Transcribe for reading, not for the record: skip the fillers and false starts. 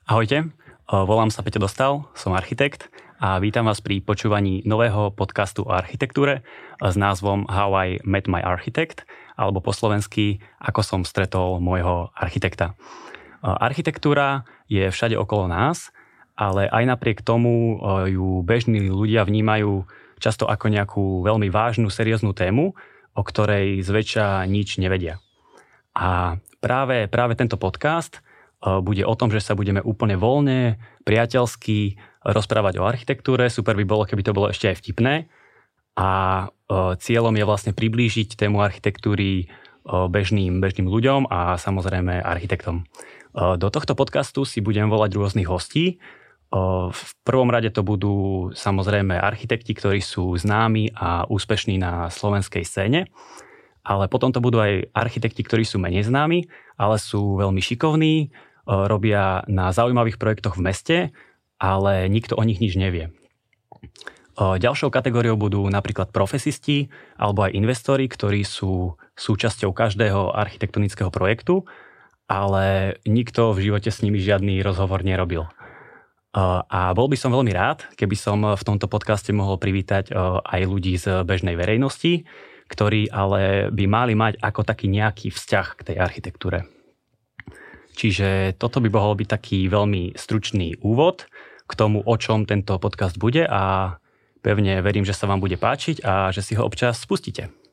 Ahojte, volám sa Peťo Dostal, som architekt a vítam vás pri počúvaní nového podcastu o architektúre s názvom How I Met My Architect, alebo po slovensky Ako som stretol môjho architekta. Architektúra je všade okolo nás, ale aj napriek tomu ju bežní ľudia vnímajú často ako nejakú veľmi vážnu, serióznu tému, o ktorej zväčša nič nevedia. A práve tento podcast bude o tom, že sa budeme úplne voľne, priateľsky rozprávať o architektúre. Super by bolo, keby to bolo ešte aj vtipné. A cieľom je vlastne priblížiť tému architektúry bežným ľuďom a samozrejme architektom. Do tohto podcastu si budem volať rôznych hostí. V prvom rade to budú samozrejme architekti, ktorí sú známi a úspešní na slovenskej scéne. Ale potom to budú aj architekti, ktorí sú menej známi, ale sú veľmi šikovní, robia na zaujímavých projektoch v meste, ale nikto o nich nič nevie. Ďalšou kategóriou budú napríklad profesisti alebo aj investori, ktorí sú súčasťou každého architektonického projektu, ale nikto v živote s nimi žiadny rozhovor nerobil. A bol by som veľmi rád, keby som v tomto podcaste mohol privítať aj ľudí z bežnej verejnosti, ktorí ale by mali mať ako taký nejaký vzťah k tej architektúre. Čiže toto by mohol byť taký veľmi stručný úvod k tomu, o čom tento podcast bude a pevne verím, že sa vám bude páčiť a že si ho občas spustíte.